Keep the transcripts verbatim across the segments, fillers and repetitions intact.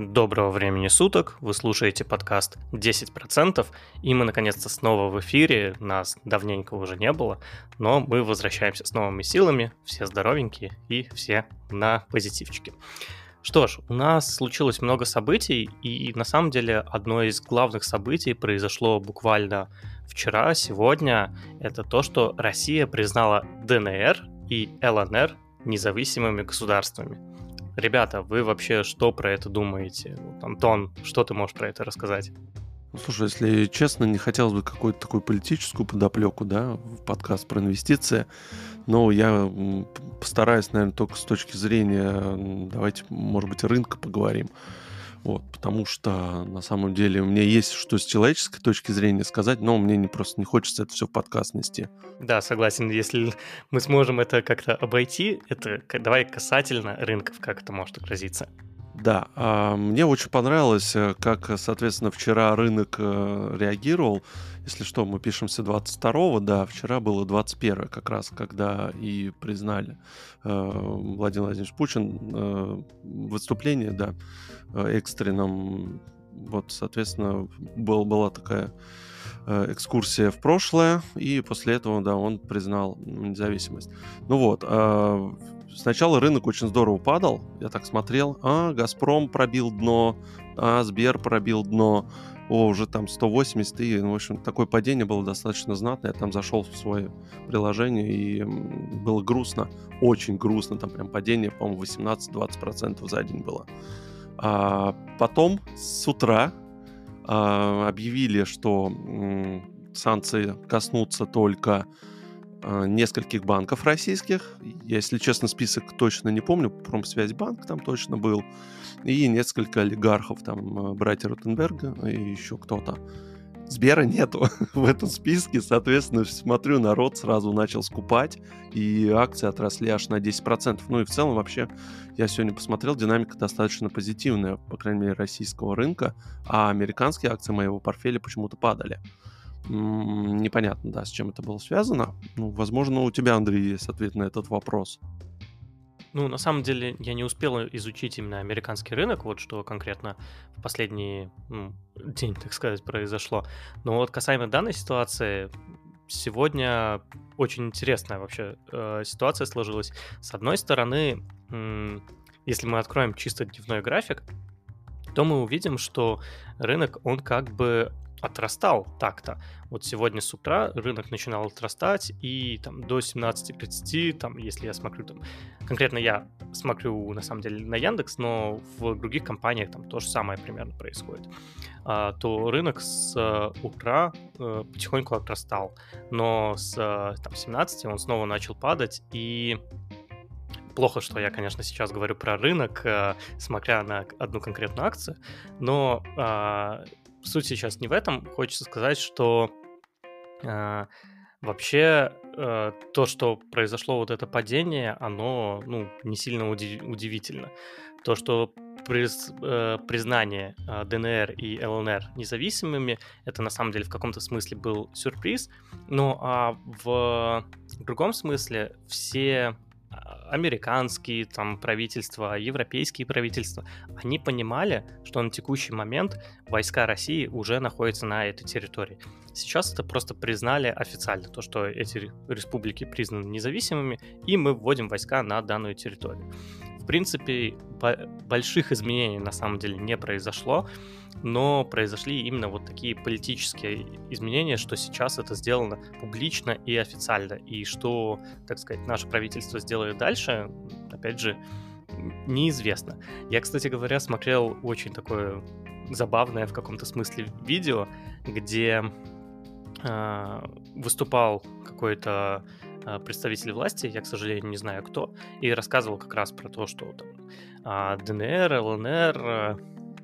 Доброго времени суток, вы слушаете подкаст десять процентов, и мы наконец-то снова в эфире, нас давненько уже не было, но мы возвращаемся с новыми силами, все здоровенькие и все на позитивчике. Что ж, у нас случилось много событий, и на самом деле одно из главных событий произошло буквально вчера, сегодня, это то, что Россия признала ДНР и ЛНР независимыми государствами. Ребята, вы вообще что про это думаете? Вот, Антон, что ты можешь про это рассказать? Ну, слушай, если честно, не хотелось бы какую-то такую политическую подоплеку, да, в подкаст про инвестиции, но я постараюсь, наверное, только с точки зрения, давайте, может быть, рынка поговорим. Вот, потому что на самом деле у меня есть что с человеческой точки зрения сказать, но мне не, просто не хочется это все в подкаст нести. Да, согласен, если мы сможем это как-то обойти, это давай касательно рынков, как это может отразиться. Да, а мне очень понравилось, как, соответственно, вчера рынок реагировал. Если что, мы пишемся двадцать второго, да, вчера было двадцать первое как раз, когда и признали э, Владимир Владимирович Путин э, выступление, да, экстренном. Вот, соответственно, был, была такая э, экскурсия в прошлое, и после этого, да, он признал независимость. Ну вот, э, сначала рынок очень здорово падал, я так смотрел, а, Газпром пробил дно, а, Сбер пробил дно, о, уже там сто восемьдесят, и, в общем, такое падение было достаточно знатное, я там зашел в свое приложение, и было грустно, очень грустно, там прям падение, по-моему, восемнадцать-двадцать процентов за день было. А потом с утра а, объявили, что м, санкции коснутся только а, нескольких банков российских. Я, если честно, список точно не помню. Промсвязьбанк там точно был. И несколько олигархов, там, братья Ротенберга и еще кто-то. Сбера нету в этом списке, соответственно, смотрю, народ сразу начал скупать, и акции отросли аж на десять процентов. Ну и в целом вообще, я сегодня посмотрел, динамика достаточно позитивная, по крайней мере, российского рынка, а американские акции моего портфеля почему-то падали. М-м, непонятно, да, с чем это было связано. Ну, возможно, у тебя, Андрей, есть ответ на этот вопрос. Ну, на самом деле, я не успел изучить именно американский рынок, вот что конкретно в последний ну, день, так сказать, произошло. Но вот касаемо данной ситуации, сегодня очень интересная вообще э, ситуация сложилась. С одной стороны, м- если мы откроем чисто дневной график, то мы увидим, что рынок, он как бы отрастал так-то. Вот сегодня с утра рынок начинал отрастать, и там до семнадцати тридцати, там, если я смотрю, там, конкретно я смотрю, на самом деле, на Яндекс, но в других компаниях там то же самое примерно происходит, а, то рынок с утра а, потихоньку отрастал, но с там, семнадцати он снова начал падать, и плохо, что я, конечно, сейчас говорю про рынок, а, смотря на одну конкретную акцию, но а, суть сейчас не в этом. Хочется сказать, что э, вообще э, то, что произошло вот это падение, оно ну, не сильно удив- удивительно. То, что приз, э, признание э, ДНР и ЛНР независимыми, это на самом деле в каком-то смысле был сюрприз. Ну а в другом смысле все американские там правительства, европейские правительства, они понимали, что на текущий момент войска России уже находятся на этой территории. Сейчас это просто признали официально, то, что эти республики признаны независимыми, и мы вводим войска на данную территорию. В принципе, больших изменений на самом деле не произошло, но произошли именно вот такие политические изменения, что сейчас это сделано публично и официально. И что, так сказать, наше правительство сделает дальше, опять же, неизвестно. Я, кстати говоря, смотрел очень такое забавное в каком-то смысле видео, где э, выступал какой-то представитель власти, я, к сожалению, не знаю кто, и рассказывал как раз про то, что там, ДНР, ЛНР,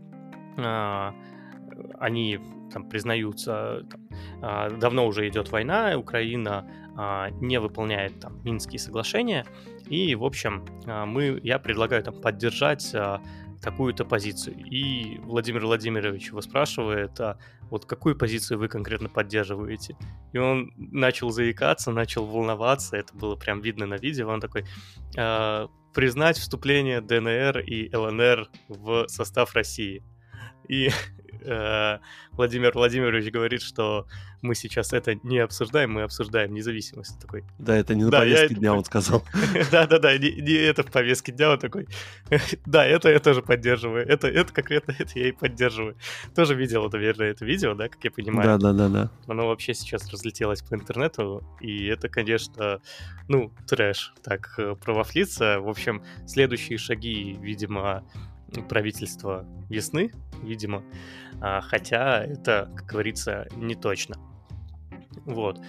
они там признаются, там, давно уже идет война, Украина не выполняет там Минские соглашения, и, в общем, мы, я предлагаю там поддержать такую-то позицию. И Владимир Владимирович его спрашивает, а вот какую позицию вы конкретно поддерживаете? И он начал заикаться, начал волноваться, это было прям видно на видео, он такой, а, признать вступление ДНР и ЛНР в состав России. И э, Владимир Владимирович говорит, что мы сейчас это не обсуждаем, мы обсуждаем независимость. Такой, Да, это не на да, я повестке это... дня, он сказал. Да-да-да, не, не это в повестке дня, он такой, да, это я тоже поддерживаю, это, это конкретно это я и поддерживаю. Тоже видел, наверное, это видео, да, как я понимаю. Да-да-да-да. Оно вообще сейчас разлетелось по интернету, и это, конечно, ну, трэш, так э, провафлиться. В общем, следующие шаги, видимо, правительства весны, видимо, а, хотя это, как говорится, не точно. Вот.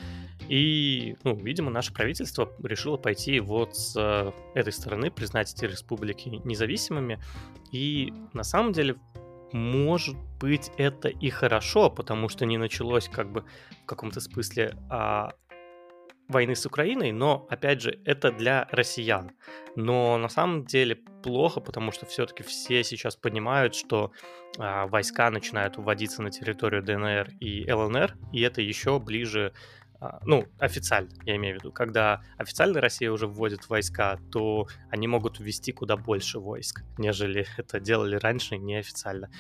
И, ну, видимо, наше правительство решило пойти вот с э, этой стороны, признать эти республики независимыми. И на самом деле, может быть, это и хорошо, потому что не началось как бы в каком-то смысле а, войны с Украиной, но, опять же, это для россиян. Но на самом деле плохо, потому что все-таки все сейчас понимают, что а, войска начинают вводиться на территорию ДНР и ЛНР, и это еще ближе, а, ну, официально, я имею в виду. Когда официально Россия уже вводит войска, то они могут ввести куда больше войск, нежели это делали раньше неофициально.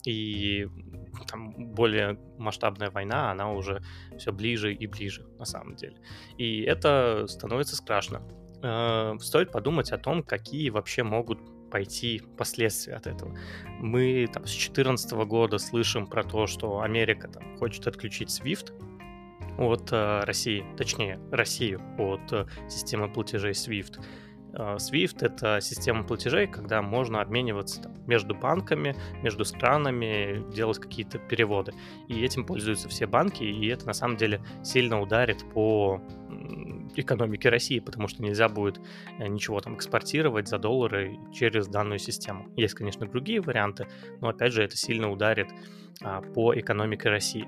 И там более масштабная война, она уже все ближе и ближе, на самом деле. И это становится страшно. Э, Стоит подумать о том, какие вообще могут пойти последствия от этого. Мы там с две тысячи четырнадцатого года слышим про то, что Америка там хочет отключить свифт от э, России, точнее, Россию от э, системы платежей свифт. свифт — это система платежей, когда можно обмениваться там, между банками, между странами, делать какие-то переводы. И этим пользуются все банки, и это на самом деле сильно ударит по экономике России, потому что нельзя будет ничего там экспортировать за доллары через данную систему. Есть, конечно, другие варианты, но опять же это сильно ударит а, по экономике России.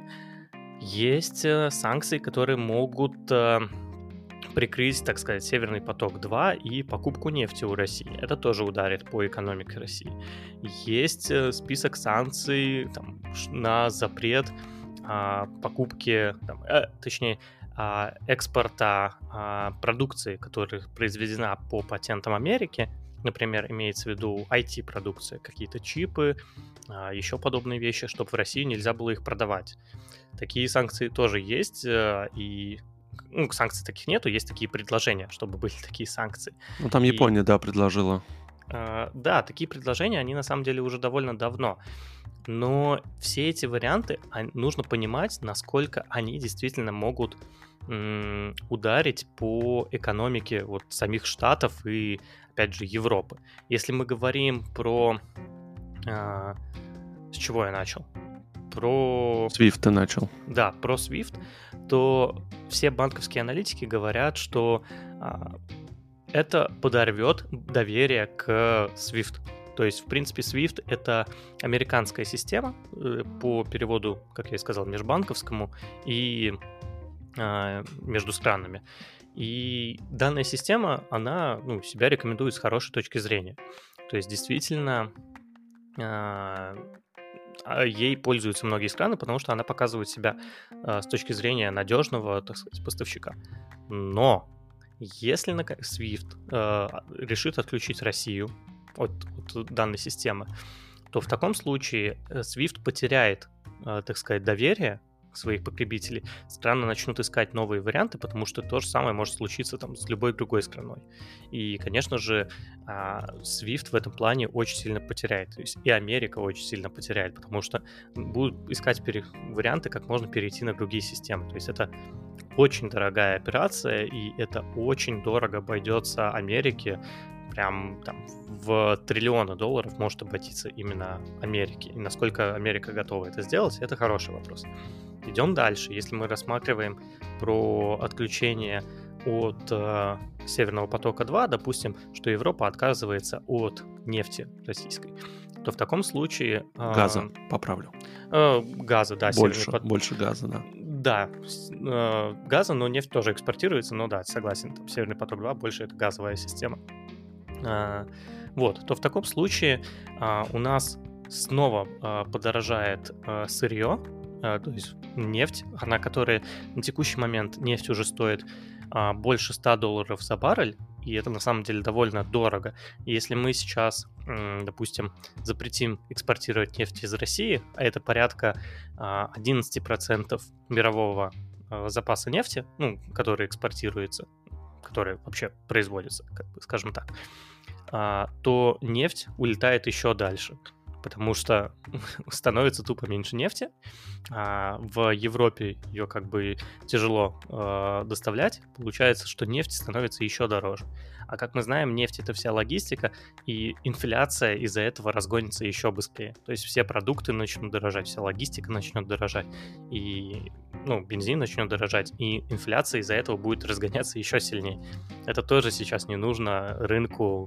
Есть а, санкции, которые могут а, прикрыть, так сказать, Северный поток-два и покупку нефти у России. Это тоже ударит по экономике России. Есть список санкций там, на запрет а, покупки, там, э, точнее, а, экспорта а, продукции, которая произведена по патентам Америки. Например, имеется в виду ай ти-продукция, какие-то чипы, а, еще подобные вещи, чтобы в Россию нельзя было их продавать. Такие санкции тоже есть, и ну, санкций таких нету, есть такие предложения, чтобы были такие санкции. Ну, там И, Япония, да, предложила. э, да, такие предложения, они на самом деле уже довольно давно. Но все эти варианты ан- нужно понимать, насколько они действительно могут м, ударить по экономике вот самих Штатов и, опять же, Европы. Если мы говорим про... э, с чего я начал? Про... свифт ты начал. Да, про свифт, то все банковские аналитики говорят, что а, это подорвет доверие к свифт. То есть, в принципе, свифт — это американская система э, по переводу, как я и сказал, межбанковскому и э, между странами. И данная система, она ну, себя рекомендует с хорошей точки зрения. То есть, действительно... Э, ей пользуются многие страны, потому что она показывает себя э, с точки зрения надежного, так сказать, поставщика. Но если свифт э, решит отключить Россию от, от данной системы, то в таком случае свифт потеряет, э, так сказать, доверие своих потребителей, страны начнут искать новые варианты, потому что то же самое может случиться там с любой другой страной. И, конечно же, свифт в этом плане очень сильно потеряет. То есть и Америка очень сильно потеряет, потому что будут искать пере... варианты, как можно перейти на другие системы. То есть это очень дорогая операция, и это очень дорого обойдется Америке. Прям там в триллионы долларов может обратиться именно Америке. И насколько Америка готова это сделать, это хороший вопрос. Идем дальше. Если мы рассматриваем про отключение от э, Северного потока-два, допустим, что Европа отказывается от нефти российской, то в таком случае... Э, газа, поправлю. Э, газа, да. Больше, пот... больше газа, да. Да, э, газа, но нефть тоже экспортируется, но да, согласен, там Северный поток-два больше это газовая система. Э, вот, то в таком случае а, у нас снова а, подорожает а, сырье, а, то есть нефть, на которой на текущий момент нефть уже стоит а, больше ста долларов за баррель, и это на самом деле довольно дорого. И если мы сейчас, м, допустим, запретим экспортировать нефть из России, а это порядка а, одиннадцать процентов мирового а, запаса нефти, ну, который экспортируется, который вообще производится, как бы, скажем так, а, то нефть улетает еще дальше, потому что становится тупо меньше нефти. А в Европе ее как бы тяжело э, доставлять. Получается, что нефть становится еще дороже. А как мы знаем, нефть — это вся логистика, и инфляция из-за этого разгонится еще быстрее. То есть все продукты начнут дорожать, вся логистика начнет дорожать, и ну, бензин начнет дорожать, и инфляция из-за этого будет разгоняться еще сильнее. Это тоже сейчас не нужно рынку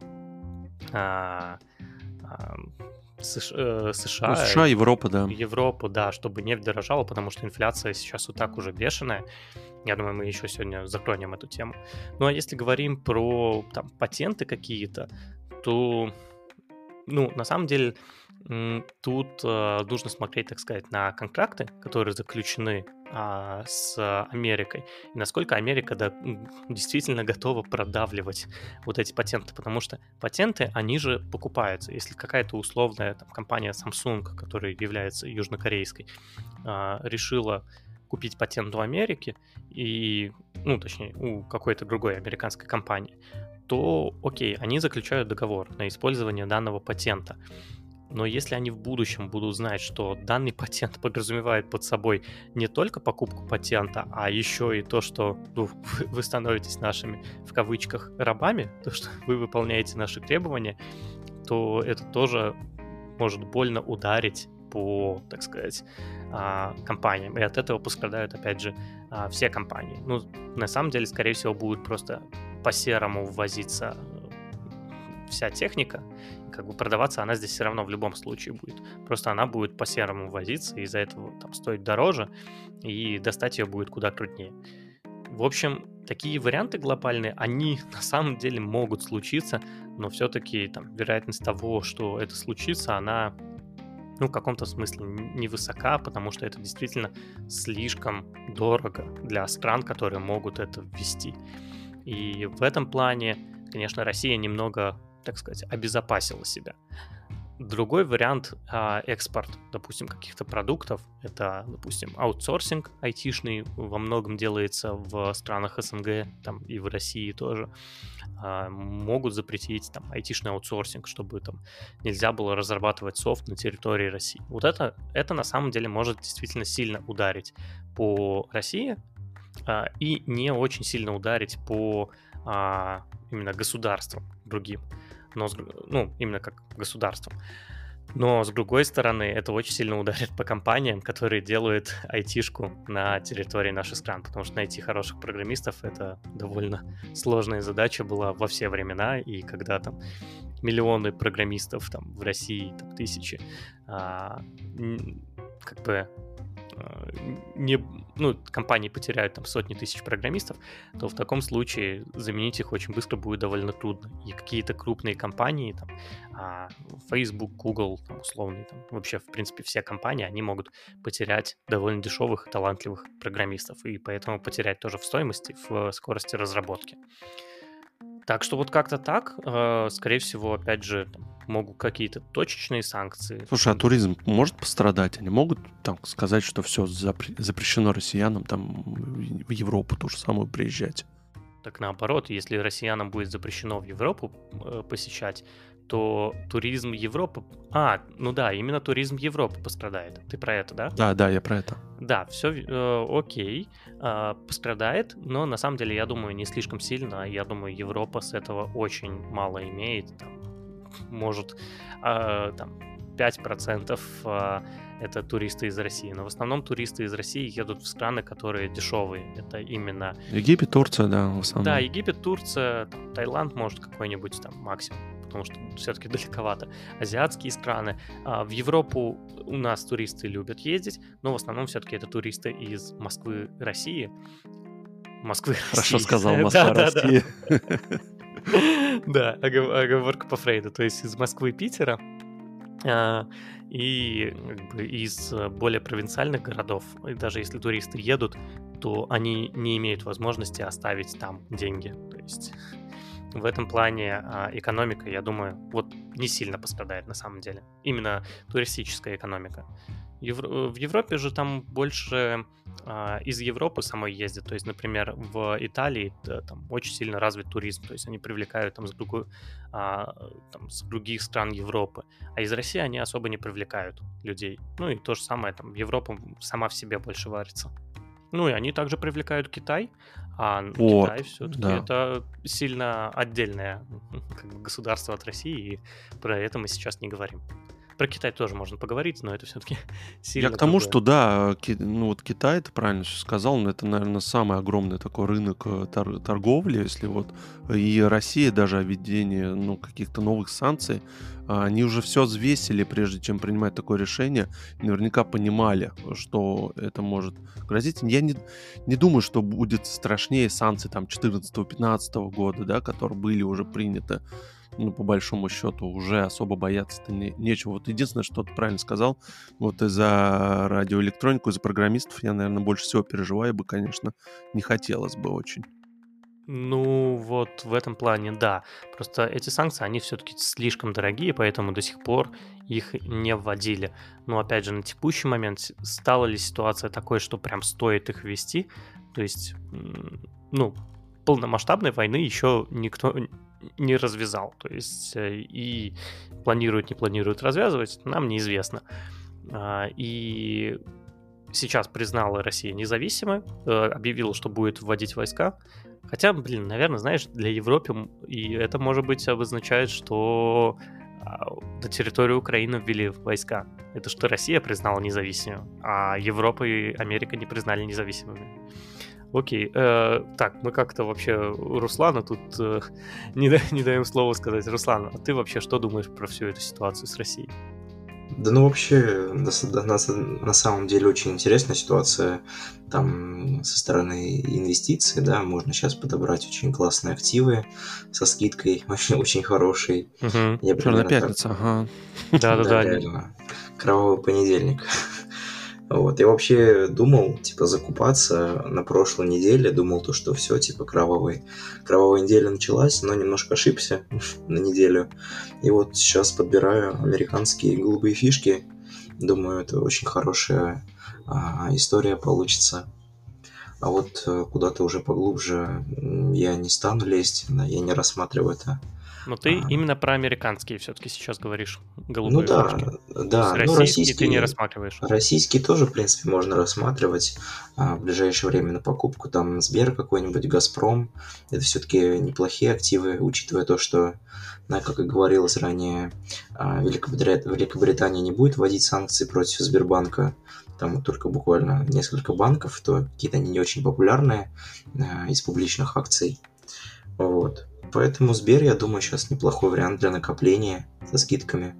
а, а, Сш- э, Ну, США, США, Европа, да. Европу, да, чтобы нефть дорожала, потому что инфляция сейчас вот так уже бешеная. Я думаю, мы еще сегодня затронем эту тему. Ну, а если говорим про там патенты какие-то, то, ну, на самом деле, м, тут э, нужно смотреть, так сказать, на контракты, которые заключены а, с Америкой, и насколько Америка да, м, действительно готова продавливать вот эти патенты, потому что патенты, они же покупаются. Если какая-то условная там, компания Samsung, которая является южнокорейской, а, решила купить патент у Америки, и, ну, точнее, у какой-то другой американской компании, то, окей, они заключают договор на использование данного патента. Но если они в будущем будут знать, что данный патент подразумевает под собой не только покупку патента, а еще и то, что ну, вы- вы становитесь нашими, в кавычках, рабами, то, что вы выполняете наши требования, то это тоже может больно ударить по, так сказать, а, компаниям. И от этого пострадают, опять же, а, все компании. Ну, на самом деле, скорее всего, будет просто по-серому ввозиться э, вся техника, и как бы продаваться она здесь все равно в любом случае будет. Просто она будет по-серому возиться, и из-за этого там стоит дороже, и достать ее будет куда труднее. В общем, такие варианты глобальные, они на самом деле могут случиться, но все-таки там вероятность того, что это случится, она ну, в каком-то смысле н- невысока, потому что это действительно слишком дорого для стран, которые могут это ввести. И в этом плане, конечно, Россия немного, так сказать, обезопасила себя. Другой вариант а, экспорт, допустим, каких-то продуктов, это, допустим, аутсорсинг айтишный во многом делается в странах СНГ, там и в России тоже. А, могут запретить там айтишный аутсорсинг, чтобы там нельзя было разрабатывать софт на территории России. Вот это, это на самом деле может действительно сильно ударить по России а, и не очень сильно ударить по а, именно государствам другим, но с дру- ну, именно как государством. Но, с другой стороны, это очень сильно ударит по компаниям, которые делают айтишку на территории наших стран, потому что найти хороших программистов — это довольно сложная задача была во все времена, и когда там миллионы программистов там в России, там тысячи, а, н- как бы а, не, ну, компании потеряют там сотни тысяч программистов, то в таком случае заменить их очень быстро будет довольно трудно. И какие-то крупные компании, там, а, Facebook, Google, там, условные, там, вообще, в принципе, все компании, они могут потерять довольно дешевых, талантливых программистов, и поэтому потерять тоже в стоимости, в скорости разработки. Так что вот как-то так, э, скорее всего, опять же, там, могут какие-то точечные санкции. Слушай, а м, туризм может пострадать? Они могут там сказать, что все запрещено россиянам там в Европу ту же самую приезжать? Так наоборот, если россиянам будет запрещено в Европу э, посещать, то туризм Европы... А, ну да, именно туризм Европы пострадает. Ты про это, да? Да, да, я про это. Да, все окей, а, пострадает, но на самом деле, я думаю, не слишком сильно. Я думаю, Европа с этого очень мало имеет. Там, может, а, там, пять процентов а, это туристы из России. Но в основном туристы из России едут в страны, которые дешевые. Это именно Египет, Турция, да, в да, основном. Египет, Турция, там, Таиланд, может, какой-нибудь там максимум, потому что все-таки далековато. Азиатские страны. А в Европу у нас туристы любят ездить, но в основном все-таки это туристы из Москвы, России. Москвы, Хорошо России. сказал, Да, Москва, да, да. Россия. Да, огов- оговорка по Фрейду. То есть из Москвы и Питера а, и как бы из э, более провинциальных городов, и даже если туристы едут, то они не имеют возможности оставить там деньги. То есть в этом плане а, экономика, я думаю, вот не сильно пострадает на самом деле. Именно туристическая экономика. Евро- В Европе же там больше а, из Европы самой ездят. То есть, например, в Италии т- там очень сильно развит туризм. То есть они привлекают там с, другой- а, там, с других стран Европы. А из России они особо не привлекают людей. Ну и то же самое, там Европа сама в себе больше варится. Ну и они также привлекают Китай, а н- Китай Вот, все-таки да. это сильно отдельное как бы государство от России, и про это мы сейчас не говорим. Про Китай тоже можно поговорить, но это все-таки Я к сильно тому, другое. что да, ки- ну вот Китай, ты правильно всё сказал, но это, наверное, самый огромный такой рынок э, тор- торговли, если вот и Россия даже о введении ну, каких-то новых санкций, а, они уже все взвесили, прежде чем принимать такое решение, и наверняка понимали, что это может грозить. Я не, не думаю, что будет страшнее санкций там четырнадцатого-пятнадцатого года, да, которые были уже приняты. Ну, по большому счету, уже особо бояться-то не- нечего. Вот единственное, что ты правильно сказал, вот из-за радиоэлектронику, из-за программистов я, наверное, больше всего переживаю бы, конечно, не хотелось бы очень. Ну, вот в этом плане, да. Просто эти санкции, они все-таки слишком дорогие, поэтому до сих пор их не вводили. Но, опять же, на текущий момент с- стала ли ситуация такой, что прям стоит их ввести? То есть, м, ну, полномасштабной войны еще никто н- не развязал. То есть, э, и планируют, не планируют развязывать, нам неизвестно. А, И сейчас признала Россия независимой, э, объявила, что будет вводить войска. Хотя, блин, наверное, знаешь, для Европы м, и это, может быть, обозначает, что а, на территорию Украины ввели войска. Это что Россия признала независимой, а Европа и Америка не признали независимыми. Окей, э, так, мы как-то вообще Руслана тут э, не, да- не даем слова сказать. Руслан, а ты вообще что думаешь про всю эту ситуацию с Россией? Да ну вообще, на, с- да, на, с- на самом деле очень интересная ситуация там со стороны инвестиций, да, можно сейчас подобрать очень классные активы со скидкой, очень, очень хорошей. Угу. Я Черная примерно так, пятница, ага. да, Да-да-да. реально, кровавый понедельник. Вот, я вообще думал, типа, закупаться на прошлой неделе, думал то, что все, типа, кровавый, кровавая неделя началась, но немножко ошибся на неделю. И вот сейчас подбираю американские голубые фишки, думаю, это очень хорошая а, история получится. А вот э, куда-то уже поглубже м, я не стану лезть, да, я не рассматриваю это. Но ты А, именно про американские все-таки сейчас говоришь, Ну голубые да, фишки. То есть да, ну российские ты не российские, рассматриваешь. российские тоже, в принципе, можно рассматривать а, в ближайшее время на покупку. Там Сбер какой-нибудь, Газпром. Это все-таки неплохие активы, учитывая то, что, да, как и говорилось ранее, а, Великобритания, Великобритания не будет вводить санкции против Сбербанка. Там вот только буквально несколько банков, то какие-то они не очень популярные а, из публичных акций. Вот. Поэтому Сбер, я думаю, сейчас неплохой вариант для накопления со скидками.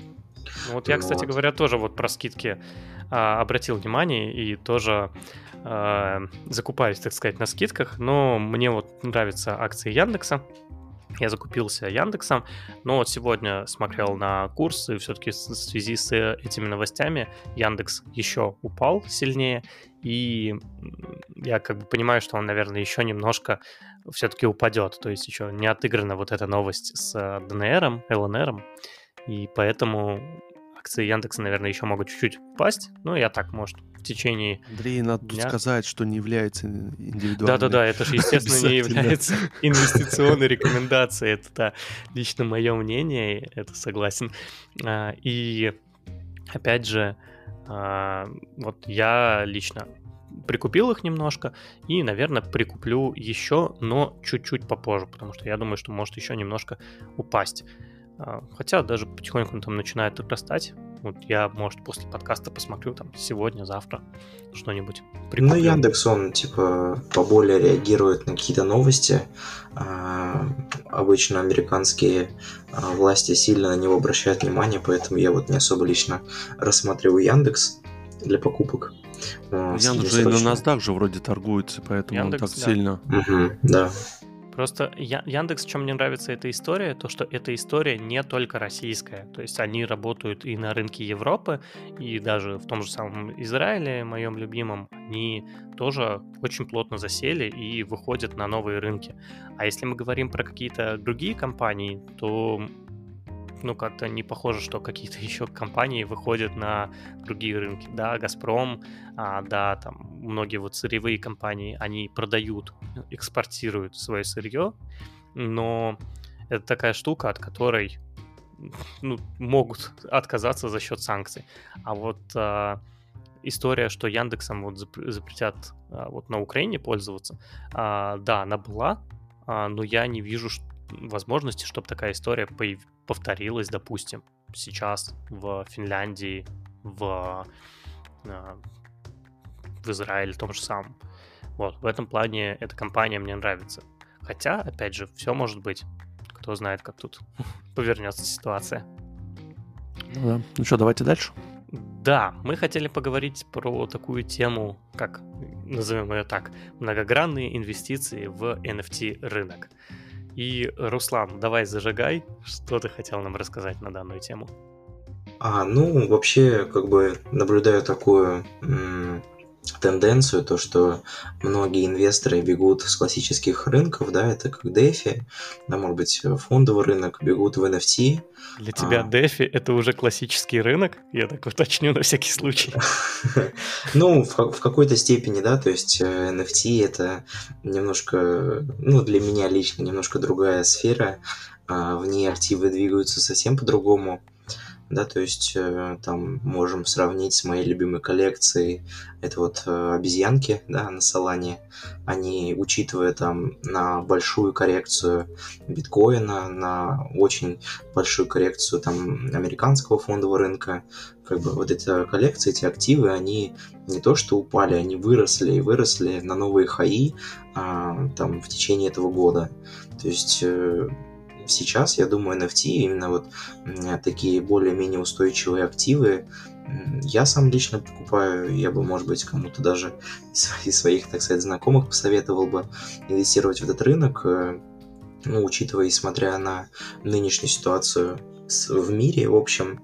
Ну вот я, Ну кстати вот. говоря, тоже вот про скидки а, обратил внимание и тоже а, закупаюсь, так сказать, на скидках, но мне вот нравятся акции Яндекса. Я закупился Яндексом, но вот сегодня смотрел на курс, и все-таки в связи с этими новостями Яндекс еще упал сильнее, и м, я как бы понимаю, что он, наверное, еще немножко все-таки упадет, то есть еще не отыграна вот эта новость с э, ДНРом, ЛНРом, и поэтому акции Яндекса, наверное, еще могут чуть-чуть упасть, ну, я так, может, в течение Андрей, надо тут дня. сказать, что не является индивидуальной Да-да-да, это же, естественно, не обязательно. является инвестиционной рекомендацией. Это да, лично мое мнение, это согласен. А, И опять же, а, вот я лично прикупил их немножко и, наверное, прикуплю еще, но чуть-чуть попозже, потому что я думаю, что может еще немножко упасть. А, Хотя даже потихоньку он там начинает отрастать. Вот я, может, после подкаста посмотрю там сегодня, завтра что-нибудь Ну, прикуплю. Яндекс, он, типа, поболее реагирует на какие-то новости. А, обычно американские а, власти сильно на него обращают внимание, поэтому я вот не особо лично рассматриваю Яндекс для покупок Ну, а, Яндекс же и на среднесрочно. NASDAQ же вроде торгуется, поэтому он так Яндекс, да. сильно... Мгм, да. Просто Я- Яндекс, чем мне нравится эта история, то что эта история не только российская. То есть они работают и на рынке Европы, и даже в том же самом Израиле, моем любимом, они тоже очень плотно засели и выходят на новые рынки. А если мы говорим про какие-то другие компании, то ну, как-то не похоже, что какие-то еще компании выходят на другие рынки. Да, Газпром, а, да, там многие вот сырьевые компании, они продают, экспортируют свое сырье, но это такая штука, от которой ну, могут отказаться за счет санкций. А вот а, история, что Яндексом вот зап- запретят а, вот на Украине пользоваться, а, да, она была, а, но я не вижу ш- возможности, чтобы такая история появ- повторилась, допустим, сейчас в Финляндии, в, а, в Израиле том же самом. Вот, в этом плане эта компания мне нравится. Хотя, опять же, все может быть. Кто знает, как тут повернется ситуация. Ну да. Ну что, давайте дальше. Да, мы хотели поговорить про такую тему, как, назовем ее так, многогранные инвестиции в эн эф ти рынок. И, Руслан, давай зажигай, что ты хотел нам рассказать на данную тему. А, ну, вообще, как бы наблюдаю такую м, тенденцию, то, что многие инвесторы бегут с классических рынков, да, это как DeFi, да, может быть, фондовый рынок, бегут в эн эф ти. Для тебя А, DeFi — это уже классический рынок? Я так уточню на всякий случай. Ну, в, ка- в какой-то степени, да, то есть э, эн эф ти это немножко, ну, для меня лично немножко другая сфера, а, в ней активы двигаются совсем по-другому, да, то есть э, там можем сравнить с моей любимой коллекцией, это вот э, обезьянки, да, на Solana, они, учитывая там на большую коррекцию биткоина, на очень большую коррекцию там американского фондового рынка, как бы вот эта коллекция, эти активы, они не то что упали, они выросли и выросли на новые хаи а, там в течение этого года. То есть э, сейчас, я думаю, эн эф ти, именно вот м, такие более-менее устойчивые активы, м, я сам лично покупаю, я бы, может быть, кому-то даже из своих, из своих, так сказать, знакомых посоветовал бы инвестировать в этот рынок, э, ну, учитывая и смотря на нынешнюю ситуацию с- в мире, в общем.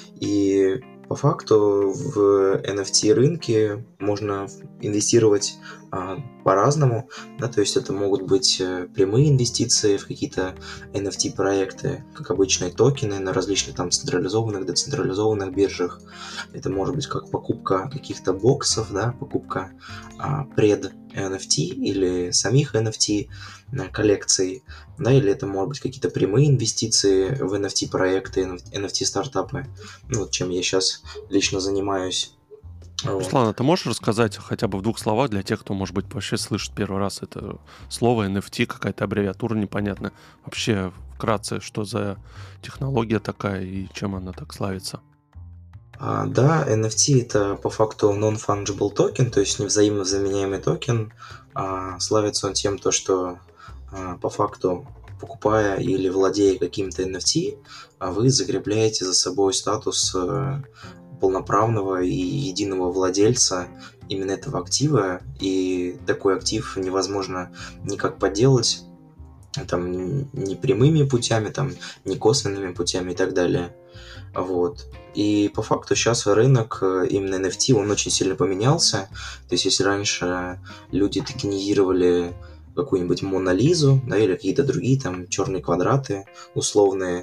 И по факту в эн эф ти рынке можно инвестировать а, по-разному, да, то есть это могут быть э, прямые инвестиции в какие-то эн эф ти проекты, как обычные токены на различных там централизованных, децентрализованных биржах. Это может быть как покупка каких-то боксов, да, покупка а, пред эн эф ти или самих эн эф ти на коллекций, да, или это могут быть какие-то прямые инвестиции в эн эф ти проекты, эн эф ти стартапы, ну, вот чем я сейчас лично занимаюсь. Вот. Руслан, а ты можешь рассказать хотя бы в двух словах для тех, кто, может быть, вообще слышит первый раз это слово эн эф ти, какая-то аббревиатура непонятная. Вообще, вкратце, что за технология такая и чем она так славится? А, да, эн эф ти это по факту non-fungible токен, то есть невзаимозаменяемый токен. А, славится он тем, то, что а, по факту, покупая или владея каким-то эн эф ти, а вы закрепляете за собой статус э, полноправного и единого владельца именно этого актива, и такой актив невозможно никак подделать, там, ни прямыми путями, там, ни косвенными путями и так далее. Вот. И по факту сейчас рынок э, именно эн эф ти, он очень сильно поменялся. То есть если раньше люди токенизировали какую-нибудь Мона Лизу, да, или какие-то другие там черные квадраты условные,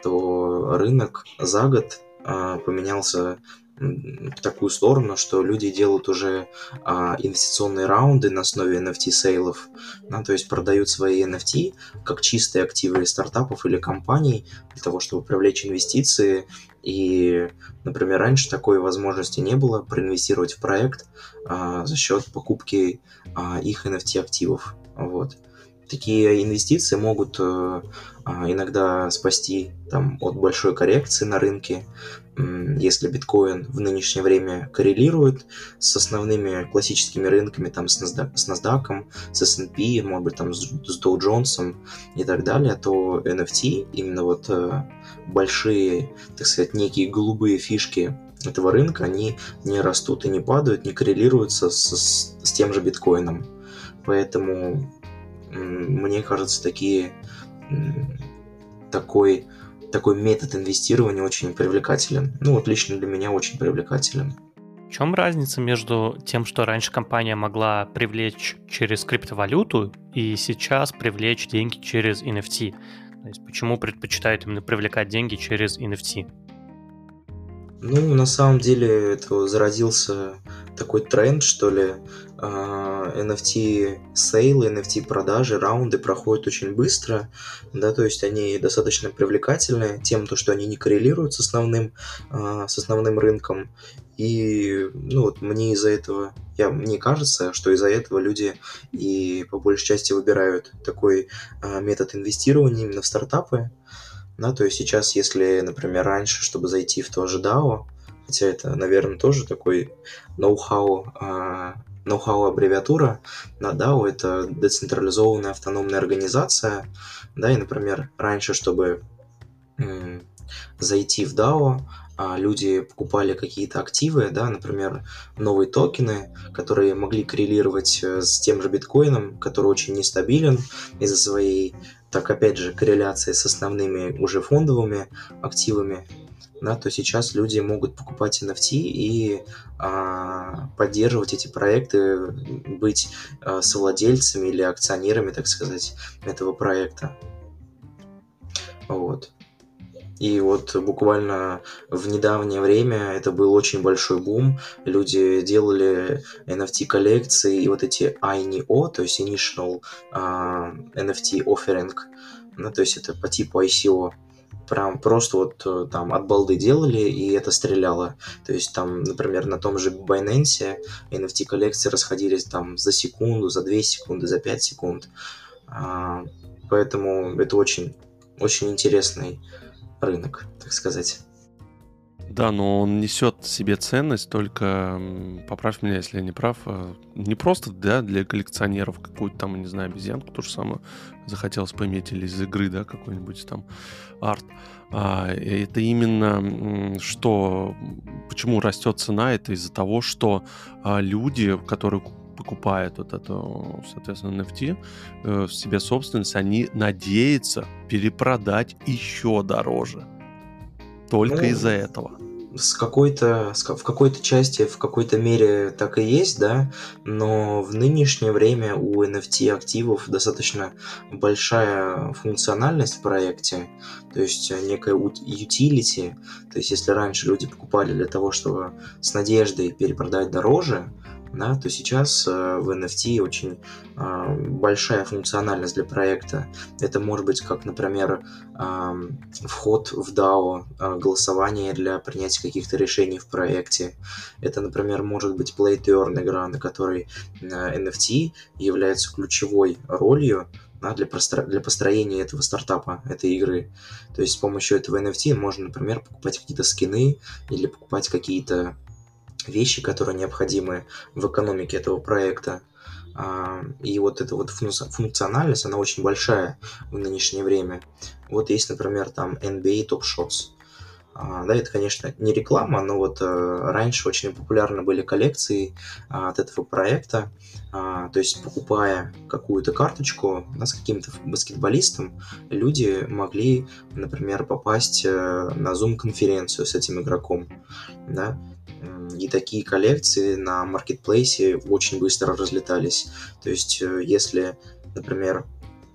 то рынок за год а, поменялся м, в такую сторону, что люди делают уже а, инвестиционные раунды на основе эн эф ти-сейлов, да, то есть продают свои эн эф ти как чистые активы стартапов или компаний для того, чтобы привлечь инвестиции. И, например, раньше такой возможности не было проинвестировать в проект а, за счет покупки а, их эн эф ти-активов. Вот. Такие инвестиции могут э, а, иногда спасти там, от большой коррекции на рынке, м, если биткоин в нынешнее время коррелирует с основными классическими рынками, там, с NASDAQ, с NASDAQ, с эс энд пи, может быть, там, с, с Dow Jones и так далее, то эн эф ти, именно вот э, большие, так сказать, некие голубые фишки этого рынка, они не растут и не падают, не коррелируются с, с, с тем же биткоином. Поэтому мне кажется, такие, такой, такой метод инвестирования очень привлекателен. Ну вот лично для меня очень привлекателен. В чем разница между тем, что раньше компания могла привлечь через криптовалюту и сейчас привлечь деньги через эн эф ти? То есть почему предпочитают именно привлекать деньги через эн эф ти? Ну, на самом деле, это зародился такой тренд, что ли. эн эф ти-сейлы, эн эф ти-продажи, раунды проходят очень быстро, да, то есть они достаточно привлекательны тем, то, что они не коррелируют с основным, с основным рынком. И, ну, вот мне из-за этого, я, мне кажется, что из-за этого люди и по большей части выбирают такой метод инвестирования именно в стартапы. Да, то есть сейчас, если, например, раньше, чтобы зайти в то же дао, хотя это, наверное, тоже такой ноу-хау, а, ноу-хау аббревиатура, на дао это децентрализованная автономная организация, да, и, например, раньше, чтобы м, зайти в дао, а, люди покупали какие-то активы, да, например, новые токены, которые могли коррелировать с тем же биткоином, который очень нестабилен из-за своей, так опять же, корреляции с основными уже фондовыми активами, да, то сейчас люди могут покупать эн эф ти и а, поддерживать эти проекты, быть а, совладельцами или акционерами, так сказать, этого проекта. Вот. И вот буквально в недавнее время это был очень большой бум. Люди делали эн эф ти-коллекции и вот эти ай эн и о, то есть Initial uh, эн эф ти Offering, ну, то есть это по типу ай си о. Прям просто вот там от балды делали, и это стреляло. То есть там, например, на том же Binance эн эф ти-коллекции расходились там за секунду, за две секунды, за пять секунд. Uh, поэтому это очень, очень интересный рынок, так сказать. Да, но он несет в себе ценность, только, поправь меня, если я не прав, не просто, да, для коллекционеров какую-то там, не знаю, обезьянку, то же самое захотелось поиметь, или из игры, да, какой-нибудь там арт. А, это именно что, почему растет цена, это из-за того, что а, люди, которые покупают вот эту, соответственно, эн эф ти э, в себе собственность, они надеются перепродать еще дороже. Только ну, из-за этого. С какой-то, в какой-то части, в какой-то мере так и есть, да, но в нынешнее время у эн эф ти-активов достаточно большая функциональность в проекте, то есть некая utility, то есть если раньше люди покупали для того, чтобы с надеждой перепродать дороже, да, то сейчас э, в эн эф ти очень э, большая функциональность для проекта. Это может быть как, например, э, вход в дао, э, голосование для принятия каких-то решений в проекте. Это, например, может быть play to earn игра, на которой э, эн эф ти является ключевой ролью, да, для, простро... для построения этого стартапа, этой игры. То есть с помощью этого эн эф ти можно, например, покупать какие-то скины или покупать какие-то вещи, которые необходимы в экономике этого проекта. И вот эта вот функциональность, она очень большая в нынешнее время. Вот есть, например, там эн би эй Top Shots. Да, это, конечно, не реклама, но вот раньше очень популярны были коллекции от этого проекта. То есть, покупая какую-то карточку, да, с каким-то баскетболистом, люди могли, например, попасть на Zoom-конференцию с этим игроком, да. И такие коллекции на маркетплейсе очень быстро разлетались. То есть, если, например,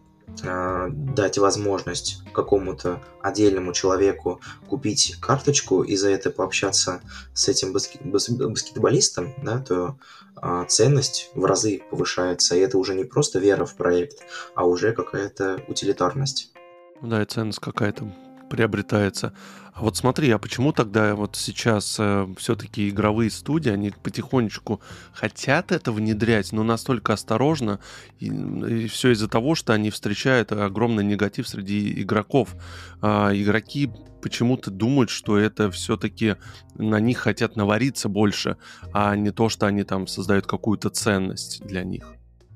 дать возможность какому-то отдельному человеку купить карточку и за это пообщаться с этим баскет- бас- баскетболистом, да, то а, ценность в разы повышается. И это уже не просто вера в проект, а уже какая-то утилитарность. Да, и ценность какая-то приобретается. А вот смотри, а почему тогда вот сейчас э, все-таки игровые студии, они потихонечку хотят это внедрять, но настолько осторожно, и, и все из-за того, что они встречают огромный негатив среди игроков. А, игроки почему-то думают, что это все-таки на них хотят навариться больше, а не то, что они там создают какую-то ценность для них.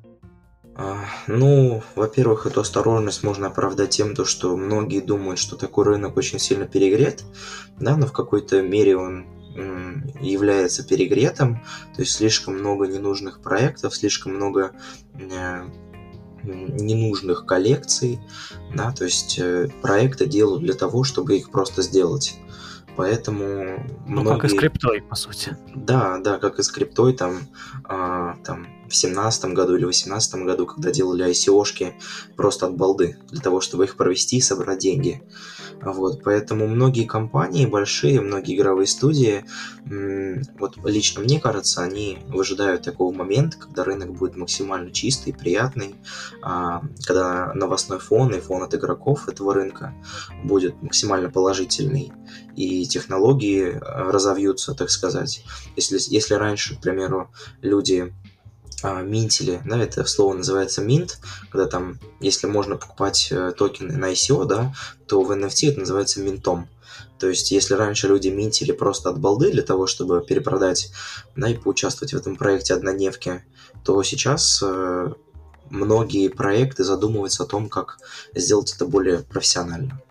Ну, во-первых, эту осторожность можно оправдать тем, то, что многие думают, что такой рынок очень сильно перегрет, да, но в какой-то мере он м, является перегретым, то есть слишком много ненужных проектов, слишком много э, ненужных коллекций, да, то есть э, проекты делают для того, чтобы их просто сделать. Поэтому Ну, как и с многие... криптой, по сути. Да, да, как и с криптой, там, а, там в семнадцатом году или восемнадцатом году, когда делали ай си о-шки просто от балды, для того, чтобы их провести и собрать деньги. Вот, поэтому многие компании большие, многие игровые студии, м, вот лично мне кажется, они выжидают такого момента, когда рынок будет максимально чистый, приятный, а, когда новостной фон и фон от игроков этого рынка будет максимально положительный, и технологии а, разовьются, так сказать. Если, если раньше, к примеру, люди а, минтили, да, это слово называется минт, когда там, если можно покупать э, токены на ай си о, да, то в эн эф ти это называется минтом. То есть, если раньше люди минтили просто от балды для того, чтобы перепродать, да, и поучаствовать в этом проекте однодневки, то сейчас э, многие проекты задумываются о том, как сделать это более профессионально.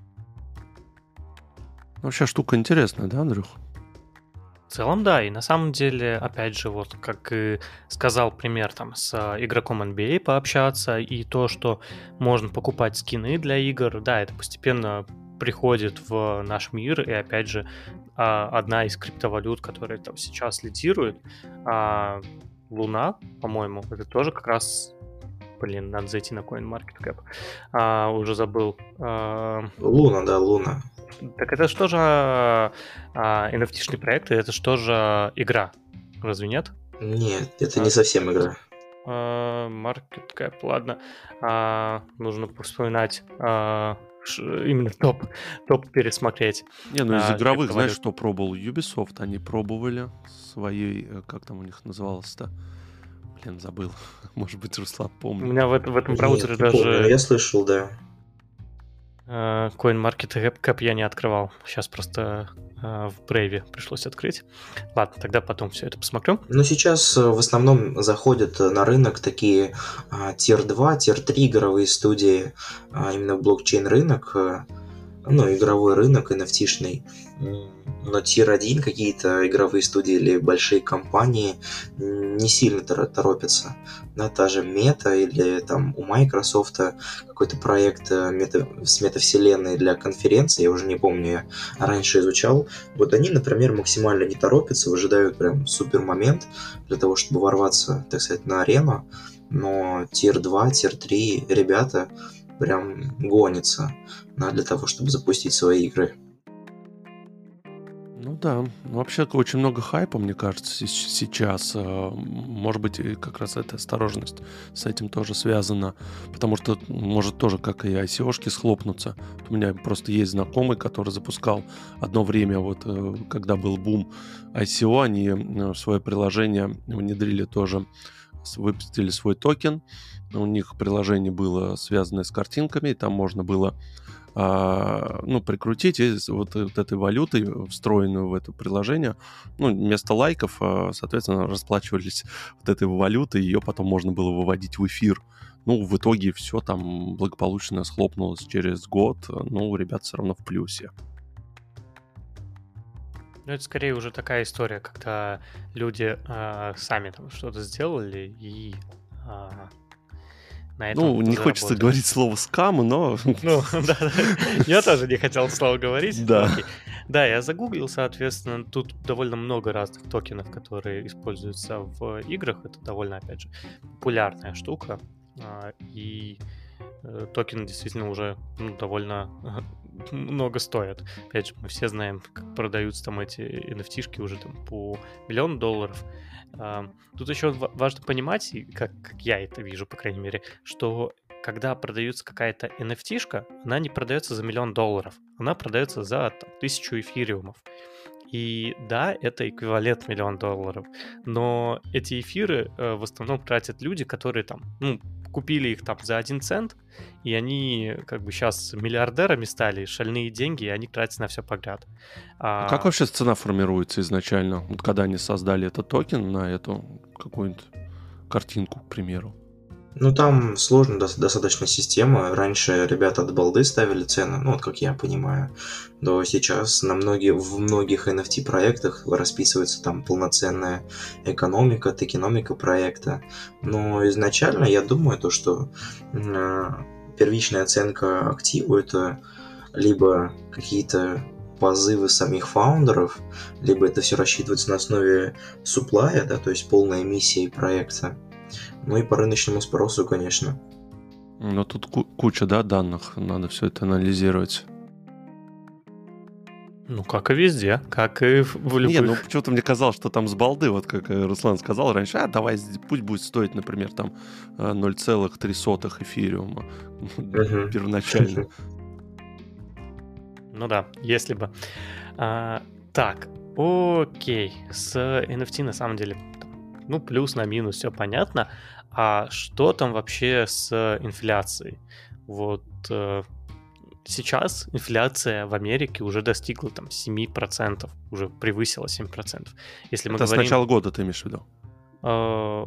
Вообще штука интересная, да, Андрюх? В целом, да, и на самом деле, опять же, вот как и сказал пример там с а, игроком эн би эй пообщаться, и то, что можно покупать скины для игр, да, это постепенно приходит в наш мир, и опять же, а, одна из криптовалют, которая там сейчас лидирует, а, Луна, по-моему, это тоже как раз, блин, надо зайти на CoinMarketCap, а, уже забыл. А, Луна, да, Луна. Так это что же а, эн эф ти-шный проект, и это что же игра, разве нет? Нет, это А, не совсем игра. а, MarketCap, ладно. А, нужно вспоминать а, ш- именно топ, топ пересмотреть. Не, ну из а, игровых, знаешь, криптовалют. что пробовал Ubisoft? Они пробовали своей, э, как там у них называлось-то? Блин, забыл. Может быть, Руслан У помнит. меня в, эт- в этом Нет, браузере не помню, но даже я слышал, да. а, CoinMarketCap я не открывал. Сейчас просто а, в Brave пришлось открыть. Ладно, тогда потом все это посмотрю. Но сейчас э, в основном заходят э, на рынок такие а, тир два, тир три игровые студии, а именно блокчейн-рынок, э, ну, игровой рынок эн эф ти-шный. М, Но тир один какие-то игровые студии или большие компании м, не сильно тор- торопятся. Да, та же Мета или там у Microsoft какой-то проект э, мета, с метавселенной для конференции, я уже не помню, я раньше изучал. Вот они, например, максимально не торопятся, выжидают прям супер момент для того, чтобы ворваться, так сказать, на арену. Но тир два, тир три ребята прям гонятся, да, для того, чтобы запустить свои игры. Ну да, ну, вообще очень много хайпа, мне кажется, се- сейчас. э, Может быть, и как раз эта осторожность с этим тоже связана, потому что может тоже, как и ай си о-шки, схлопнуться. У меня просто есть знакомый, который запускал одно время, вот э, когда был бум ай си о, они э, в свое приложение внедрили тоже, с- выпустили свой токен. У них приложение было связано с картинками, и там можно было а, ну, прикрутить и с вот, вот этой валютой, встроенную в это приложение, ну, вместо лайков, а, соответственно, расплачивались вот этой валютой, ее потом можно было выводить в эфир. Ну, в итоге все там благополучно схлопнулось через год, но ребят все равно в плюсе. Ну, это скорее уже такая история, когда люди а, сами там что-то сделали и а, на этом Ну, не хочется заработали. говорить слово «скам», но Ну, да, да. Я тоже не хотел слово говорить. да. Ну, окей. Да, я загуглил, соответственно, тут довольно много разных токенов, которые используются в играх. Это довольно, опять же, популярная штука. А, И э, токены действительно уже ну, довольно много стоят. Опять же, мы все знаем, как продаются там эти эн эф ти-шки уже там по миллион долларов. А, Тут еще ва- важно понимать, и как, как я это вижу, по крайней мере, что когда продается какая-то эн эф ти-шка, она не продается за миллион долларов, она продается за там, тысячу эфириумов. И да, это эквивалент миллион долларов, но эти эфиры э, в основном тратят люди, которые там, ну, купили их там за один цент, и они как бы сейчас миллиардерами стали, шальные деньги, и они тратят на все подряд. А как А, вообще цена формируется изначально? Вот когда они создали этот токен на эту какую-нибудь картинку, к примеру. Ну, там сложная дос- достаточно система. Раньше ребята от балды ставили цены, ну, вот как я понимаю. Но сейчас на многие, в многих эн эф ти-проектах расписывается там полноценная экономика, токеномика проекта. Но изначально я думаю, то, что м, а, первичная оценка активу — это либо какие-то позывы самих фаундеров, либо это все рассчитывается на основе суплая, да, то есть полной эмиссии проекта. Ну и по рыночному спросу, конечно. Но тут ку- куча, да, данных, надо все это анализировать. Ну, как и везде, как и в в Не, ну любых. почему-то мне казалось, что там с балды, вот как э, Руслан сказал раньше, а давай, с- пусть будет стоить, например, там э, ноль целых три сотых эфириума Мгм. первоначально. Ну да, если бы. А, так, окей. С эн эф ти на самом деле, там, ну, плюс на минус, все понятно. А что там вообще с инфляцией? Вот э, сейчас инфляция в Америке уже достигла там семь процентов, уже превысила семь процентов. Если мы Это с говорим... начала года ты имеешь в виду? э,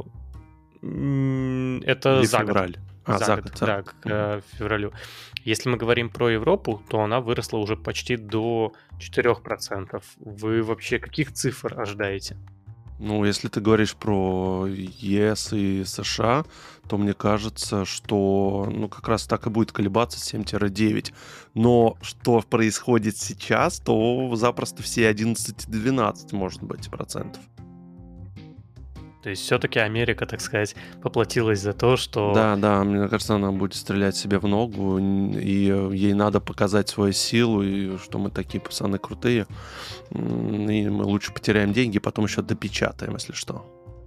м, это Или за год. февраль? А, За за год, год, за да, год. к Мгм. э, февралю. Если мы говорим про Европу, то она выросла уже почти до четырех процентов. Вы вообще каких цифр ожидаете? Ну, если ты говоришь про ЕС и США, то мне кажется, что ну, как раз так и будет колебаться семь-девять. Но что происходит сейчас, то запросто все одиннадцать-двенадцать может быть процентов. То есть все-таки Америка, так сказать, поплатилась за то, что... Да, да, мне кажется, она будет стрелять себе в ногу, н- и э, ей надо показать свою силу, и что мы такие пацаны крутые, м, и мы лучше потеряем деньги, потом еще допечатаем, если что.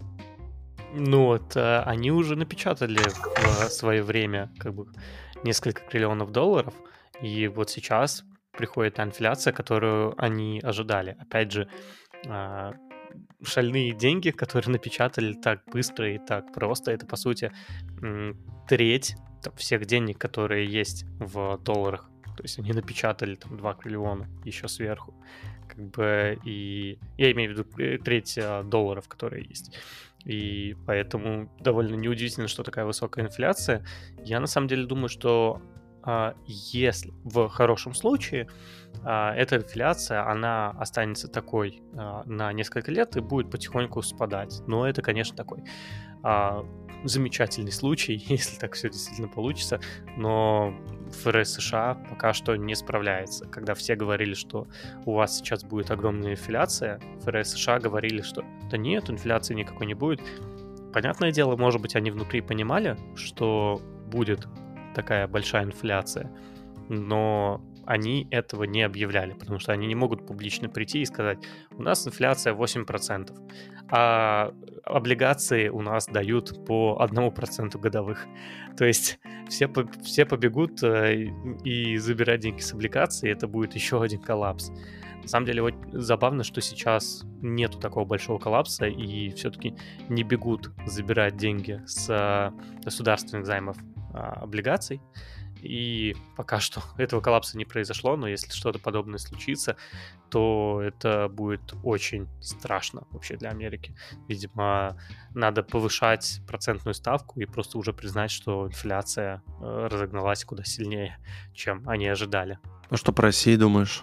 Ну вот, э, они уже напечатали в свое время как бы несколько триллионов долларов, и вот сейчас приходит та инфляция, которую они ожидали. Опять же, а, шальные деньги, которые напечатали так быстро и так просто, это, по сути, м, треть там всех денег, которые есть в долларах. То есть они напечатали там два триллиона еще сверху. Как бы и... Я имею в виду э, треть а, долларов, которые есть. И поэтому довольно неудивительно, что такая высокая инфляция. Я на самом деле думаю, что а, если в хорошем случае а, эта инфляция, она останется такой а, на несколько лет и будет потихоньку спадать. Но это, конечно, такой а, замечательный случай, если так все действительно получится. Но ФРС США пока что не справляется. Когда все говорили, что у вас сейчас будет огромная инфляция, ФРС США говорили, что да нет, инфляции никакой не будет. Понятное дело, может быть, они внутри понимали, что будет такая большая инфляция, но они этого не объявляли, потому что они не могут публично прийти и сказать, у нас инфляция восемь процентов, а облигации у нас дают по одному проценту годовых. То есть все, по- все побегут э, и и забирать деньги с облигаций, и это будет еще один коллапс. На самом деле, вот забавно, что сейчас нету такого большого коллапса, и все-таки не бегут забирать деньги с а, государственных займов а, облигаций. И пока что этого коллапса не произошло, но если что-то подобное случится, то это будет очень страшно вообще для Америки. Видимо, надо повышать процентную ставку и просто уже признать, что инфляция э, разогналась куда сильнее, чем они ожидали. А что про Россию думаешь?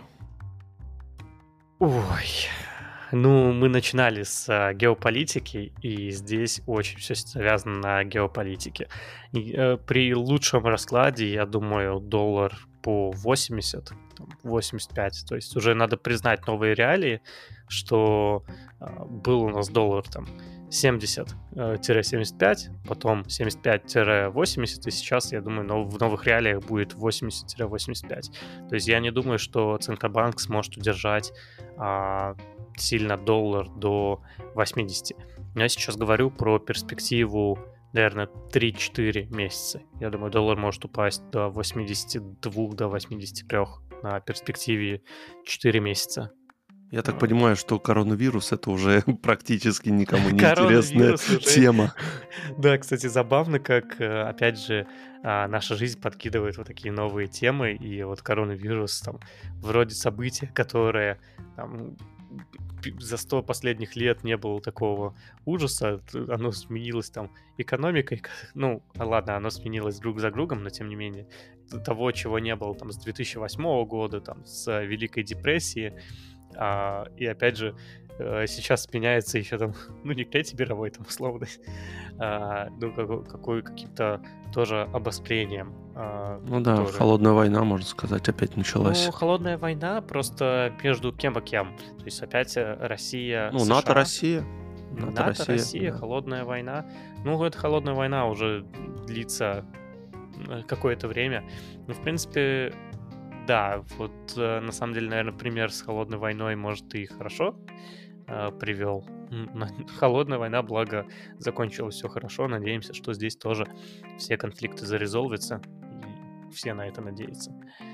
Ой, ну, мы начинали с а, геополитики, и здесь очень все завязано на геополитике. И, э, при лучшем раскладе, я думаю, доллар по восемьдесят, там, восемьдесят пять. То есть уже надо признать новые реалии, что а, был у нас доллар там семьдесят-семьдесят пять, потом семьдесят пять-восемьдесят, и сейчас, я думаю, нов- в новых реалиях будет восемьдесят-восемьдесят пять. То есть я не думаю, что Центробанк сможет удержать а, сильно доллар до восьмидесяти. Но я сейчас говорю про перспективу, наверное, три-четыре месяца. Я думаю, доллар может упасть до восьмидесяти двух, до восьмидесяти трёх на перспективе четыре месяца. Я так А, понимаю, что коронавирус это уже практически никому не интересная Коронавирус уже... тема. Да, кстати, забавно, как, э, опять же, а, наша жизнь подкидывает вот такие новые темы, и вот коронавирус, там, вроде события, которое там, пи- за сто последних лет не было такого ужаса. Т- Оно сменилось там экономикой. к- Ну, а ладно, оно сменилось друг за другом, но тем не менее. т- Того, чего не было там с две тысячи восьмого года, там, с э, Великой депрессии. А, и опять же, э, сейчас сменяется еще там, ну, не Третий мировой, там, условно, а, ну, какой, какой- каким-то тоже обострением, а, Ну да, тоже. холодная война, можно сказать, опять началась. Ну, холодная война просто между кем и кем. То есть опять э, Россия, Ну, НАТО, США, Россия. НАТО, НАТО, Россия, Россия, да. холодная война. Ну, эта холодная война уже длится э, какое-то время. Ну, в принципе, да, вот э, на самом деле, наверное, пример с холодной войной, может, ты и хорошо э, привел. М, на- Холодная война, благо, закончилась все хорошо. Надеемся, что здесь тоже все конфликты зарезолвятся. И все на это надеются.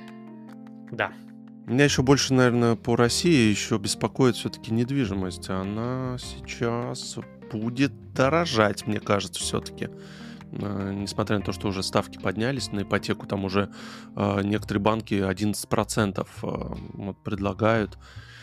Да. Меня еще больше, наверное, по России еще беспокоит все-таки недвижимость. Она сейчас будет дорожать, мне кажется, все-таки. Несмотря на то, что уже ставки поднялись на ипотеку, там уже э, некоторые банки одиннадцать процентов э, вот, предлагают.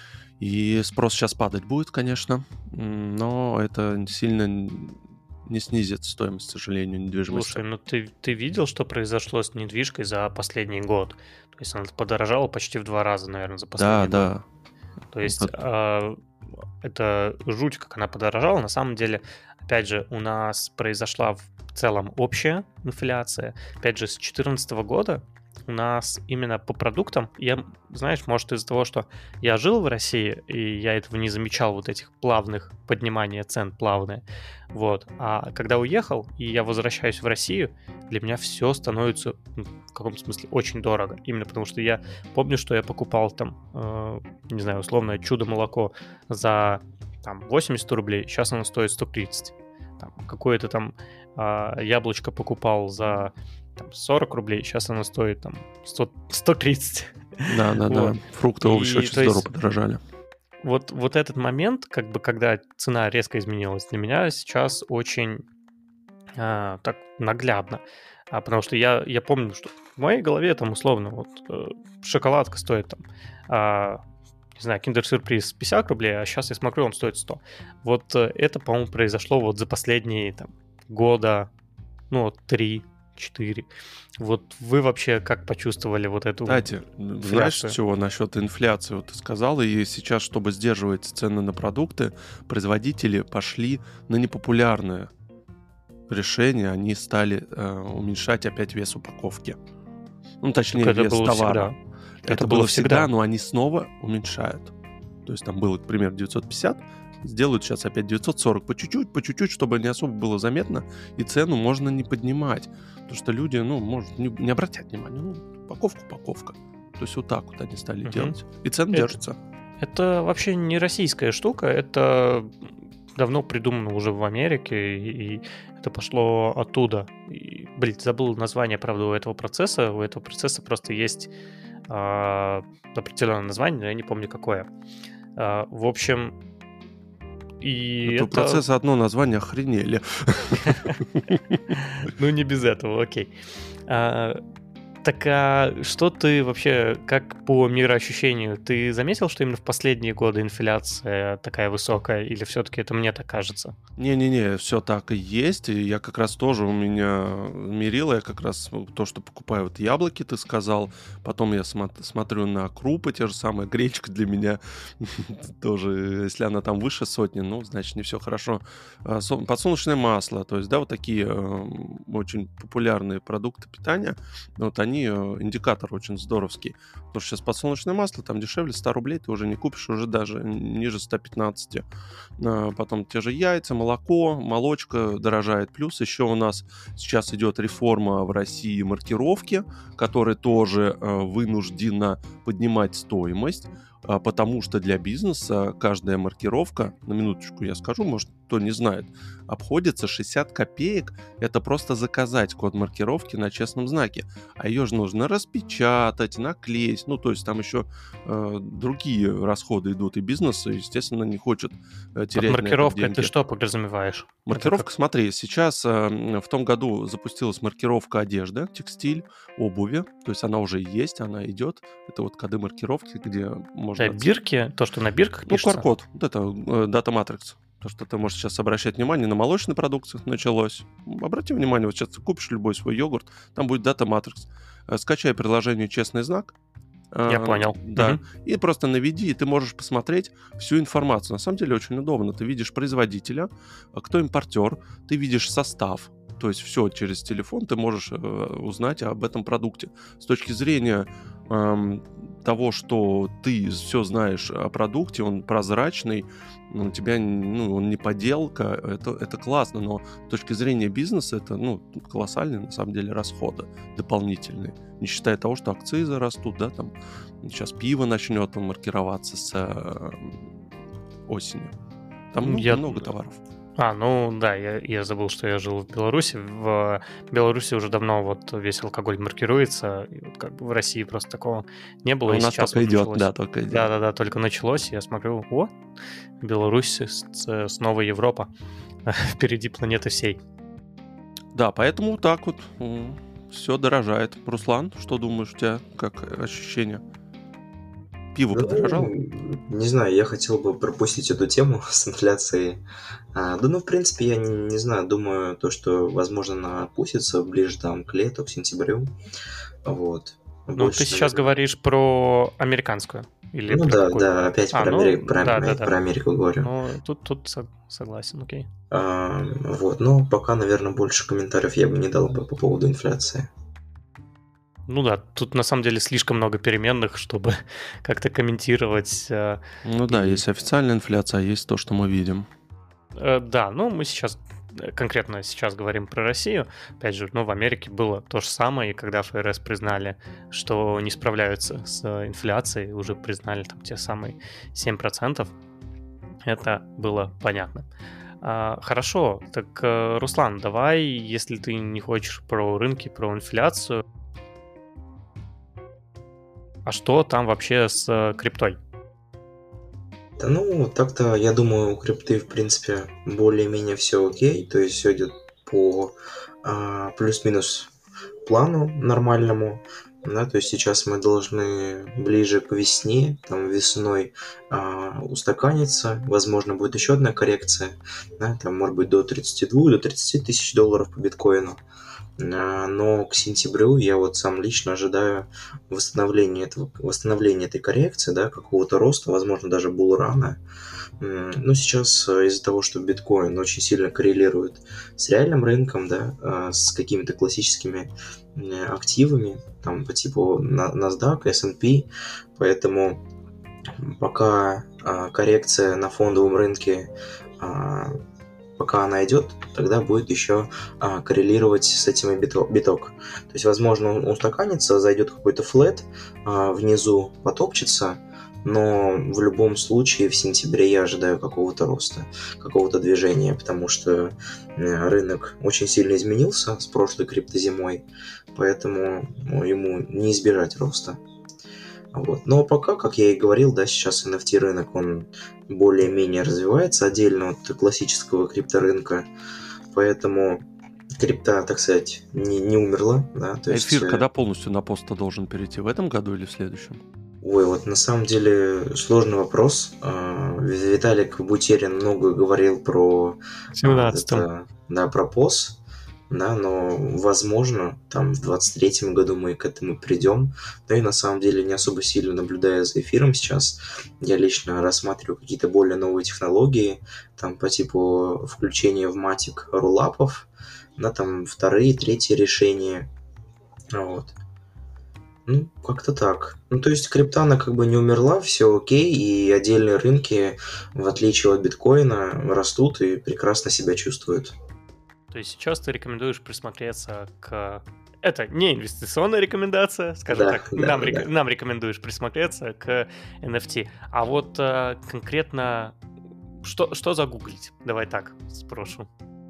И спрос сейчас падать будет, конечно, м, но это сильно не снизит стоимость, к сожалению, недвижимости. Слушай, ну ты, ты видел, что произошло с недвижкой за последний год? То есть она подорожала почти в два раза, наверное, за Да, последний год. да. То есть Вот. а, это жуть, как она подорожала. На самом деле, опять же, у нас произошла в целом общая инфляция. Опять же, с две тысячи четырнадцатого года у нас именно по продуктам, я, знаешь, может из-за того, что я жил в России, и я этого не замечал, вот этих плавных поднимания цен, плавные, вот. А когда уехал, и я возвращаюсь в Россию, для меня все становится, ну, в каком-то смысле, очень дорого. Именно потому что я помню, что я покупал там, э, не знаю, условное чудо-молоко за там восемьдесят рублей, сейчас оно стоит сто тридцать. Там, какое-то там а, яблочко покупал за там, сорок рублей, сейчас оно стоит там сто, сто тридцать. Да, да, да. Вот. Фрукты, овощи И, очень то здорово есть, подорожали. вот, вот этот момент, как бы, когда цена резко изменилась, для меня сейчас очень а, так наглядно. А, потому что я, я помню, что в моей голове там условно вот э, шоколадка стоит там, а, не знаю, киндер-сюрприз пятьдесят рублей, а сейчас я смотрю, он стоит сто. Вот э, это, по-моему, произошло вот за последние там года, ну, вот три-четыре. Вот вы вообще как почувствовали вот эту Кстати, знаешь, инфляцию? чего насчет инфляции? Вот ты сказал, и сейчас, чтобы сдерживать цены на продукты, производители пошли на непопулярное решение. Они стали э, уменьшать опять вес упаковки. Ну, точнее, Так это вес было товара. всегда. Это, Это было было всегда, всегда. но они снова уменьшают. То есть там было, к примеру, девятьсот пятьдесят, сделают сейчас опять девятьсот сорок по чуть-чуть, по чуть-чуть, чтобы не особо было заметно, и цену можно не поднимать. Потому что люди, ну, может, не, не обратят внимания. Ну, упаковка, упаковка. То есть вот так вот они стали Мгм. делать. И цены Это- держатся. Это вообще не российская штука, это давно придумано уже в Америке, и, и это пошло оттуда. И, блин, забыл название, правда, у этого процесса. У этого процесса просто есть а, определенное название, но я не помню какое. А, в общем, и Это это... процесс одно название охренели. Ну, не без этого, окей. А, Так а что ты вообще, как по мироощущению, ты заметил, что именно в последние годы инфляция такая высокая, или все-таки это мне так кажется? Не-не-не, все так и есть. И я как раз тоже у меня мерило, я как раз то, что покупаю вот яблоки, ты сказал. Потом я смо- смотрю на крупы, те же самые, гречка для меня тоже, если она там выше сотни, ну, значит, не все хорошо. А, со- Подсолнечное масло, то есть, да, вот такие э, очень популярные продукты питания, вот они, э, индикатор очень здоровский. Потому что сейчас подсолнечное масло, там дешевле ста рублей, ты уже не купишь, уже даже ниже ста пятнадцати. А, Потом те же яйца, молоко, молочка дорожает. Плюс еще у нас сейчас идет реформа в России маркировки, которая тоже э, вынуждена поднимать стоимость, а, потому что для бизнеса каждая маркировка, на минуточку я скажу, может, кто не знает, обходится шестьдесят копеек. Это просто заказать код маркировки на честном знаке. А ее же нужно распечатать, наклеить. Ну, то есть там еще э, другие расходы идут. И бизнес, естественно, не хочет э, Под терять на это маркировкой деньги. ты что подразумеваешь? Это Маркировка, как? смотри, сейчас э, в том году запустилась маркировка одежды, текстиль, обуви. То есть она уже есть, она идет. Это вот коды маркировки, где можно можно... Да, бирки, то, что на бирках Ну, пишется. ку ар-код, вот это э, Data Matrix. То, что ты можешь сейчас обращать внимание на молочной продукции, началось. Обрати внимание, вот сейчас ты купишь любой свой йогурт, там будет Data Matrix. Э, Скачай приложение «Честный знак», Я а, понял. да, Мгм. и просто наведи, и ты можешь посмотреть всю информацию. На самом деле очень удобно. Ты видишь производителя, а, кто импортер, ты видишь состав, то есть все через телефон ты можешь э, узнать об этом продукте. С точки зрения эм, того, что ты все знаешь о продукте, он прозрачный, у тебя, ну, он не подделка, это, это классно, но с точки зрения бизнеса это, ну, колоссальные, на самом деле, расходы дополнительные. Не считая того, что акцизы растут, да, там сейчас пиво начнет там маркироваться с э, осени. Там много, Я... много товаров. А, ну да, я, я забыл, что я жил в Беларуси. В Беларуси уже давно вот весь алкоголь маркируется. И вот как бы в России просто такого не было. А И у нас сейчас только вот идет, началось. да, только идет. Да-да-да, только началось. Я смотрю, о, Беларусь с- с- снова Европа. Впереди планеты всей. Да, поэтому вот так вот все дорожает. Руслан, что думаешь, у тебя как ощущение? Пиво Ну, подорожало? не знаю, я хотел бы пропустить эту тему с инфляцией. А, да, ну, в принципе, я не, не знаю, думаю, то, что, возможно, она опустится ближе там к лету, к сентябрю. Вот. Ну, Больше, ты сейчас наверное- говоришь про американскую? Или Ну про да, какую? да, опять А, про, ну, Амери- про- да, про- да, да. про Америку говорю. Ну, тут, тут сог- согласен, окей. А, вот, но пока, наверное, больше комментариев я бы не дал бы по поводу инфляции. Ну да, тут на самом деле слишком много переменных, чтобы как-то комментировать. э, Ну да, И- есть официальная инфляция, а есть то, что мы видим. Э, Да, ну мы сейчас э, конкретно сейчас говорим про Россию. Опять же, ну в Америке было то же самое, и когда эф эр эс признали, что не справляются с э, инфляцией, уже признали там те самые семь процентов, это было понятно. А, Хорошо, так, э, Руслан, давай, если ты не хочешь про рынки, про инфляцию, а что там вообще с э, криптой? Да ну, так-то, я думаю, у крипты, в принципе, более-менее все окей. То есть все идет по а, плюс-минус плану нормальному. Да, то есть сейчас мы должны ближе к весне, там весной а, устаканиться. Возможно, будет еще одна коррекция. Да, там может быть до тридцати двух, до тридцати тысяч долларов по биткоину. А, Но к сентябрю я вот сам лично ожидаю восстановления, этого, восстановления этой коррекции, да, какого-то роста, возможно, даже булрана. М, Но сейчас э, из-за того, что биткоин очень сильно коррелирует с реальным рынком, да, а, с какими-то классическими м, активами, там по типу На- NASDAQ, эс энд пи, поэтому пока а, коррекция на фондовом рынке, а, пока она идет, тогда будет еще а, коррелировать с этим и бито- биток. То есть, возможно, он устаканится, зайдет какой-то флет, а, внизу потопчется, но в любом случае в сентябре я ожидаю какого-то роста, какого-то движения, потому что э, рынок очень сильно изменился с прошлой криптозимой, поэтому ну, ему не избежать роста. Вот. Но пока, как я и говорил, да, сейчас эн эф ти рынок, он более-менее развивается отдельно от классического крипторынка, поэтому крипта, так сказать, не, не умерла, да, то есть... Эфир э, когда полностью на пост должен перейти? В этом году или в следующем? Ой, вот на самом деле сложный вопрос. А, Виталик Бутерин много говорил про а, семнадцатом. это, да, про пос, да, но возможно, там в двадцать третьем году мы к этому придем. Да и на самом деле не особо сильно наблюдая за эфиром сейчас. Я лично рассматриваю какие-то более новые технологии, там по типу включения в матик рулапов, да, там вторые, третьи решения. Вот. Ну, как-то так. Ну, то есть крипта, она как бы не умерла, все окей, и отдельные рынки, в отличие от биткоина, растут и прекрасно себя чувствуют. То есть сейчас ты рекомендуешь присмотреться к... Это не инвестиционная рекомендация, скажем Да, так. да, нам, да, рек- да. нам рекомендуешь присмотреться к эн эф ти. А вот э, конкретно что, что загуглить? Давай так спрошу.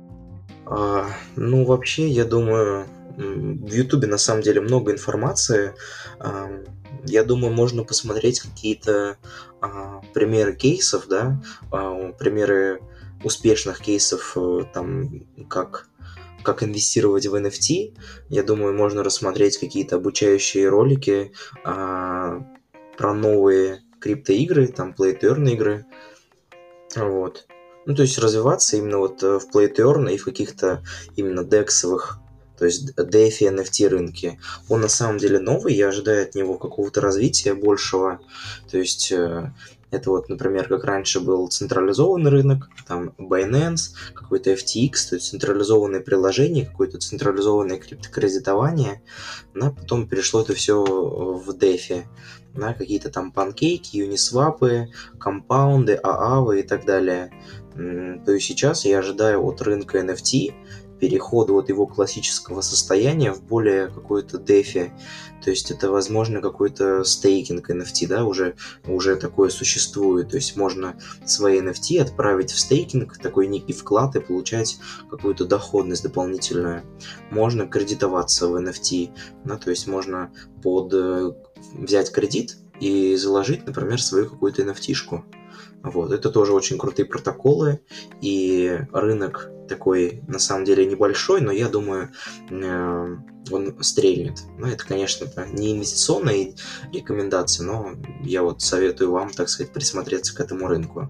А, ну, вообще, я думаю, м, в Ютубе на самом деле много информации. А, Я думаю, можно посмотреть какие-то а, примеры кейсов, да, а, примеры успешных кейсов, э, там, как, как инвестировать в эн эф ти. Я думаю, можно рассмотреть какие-то обучающие ролики а, про новые криптоигры, там play-to-earn игры. Вот. Ну, то есть развиваться именно вот в play-to-earn и в каких-то именно дексовых, то есть DeFi, эн эф ти рынке. Он на самом деле новый, я ожидаю от него какого-то развития большего. То есть это вот, например, как раньше был централизованный рынок, там Binance, какой-то эф ти экс, то есть централизованное приложение, какое-то централизованное криптокредитование, но потом перешло это все в DeFi, на какие-то там панкейки, юнисвапы, компаунды, ААВы и так далее. То есть сейчас я ожидаю от рынка эн эф ти перехода от его классического состояния в более какое-то DeFi. То есть это, возможно, какой-то стейкинг эн эф ти, да, уже, уже такое существует. То есть можно свои эн эф ти отправить в стейкинг, такой некий вклад и получать какую-то доходность дополнительную. Можно кредитоваться в эн эф ти, да, то есть можно под, взять кредит и заложить, например, свою какую-то эн эф ти-шку. Вот, это тоже очень крутые протоколы, и рынок такой, на самом деле, небольшой, но я думаю, он стрельнет. Ну, это, конечно, не инвестиционная рекомендация, но я вот советую вам, так сказать, присмотреться к этому рынку.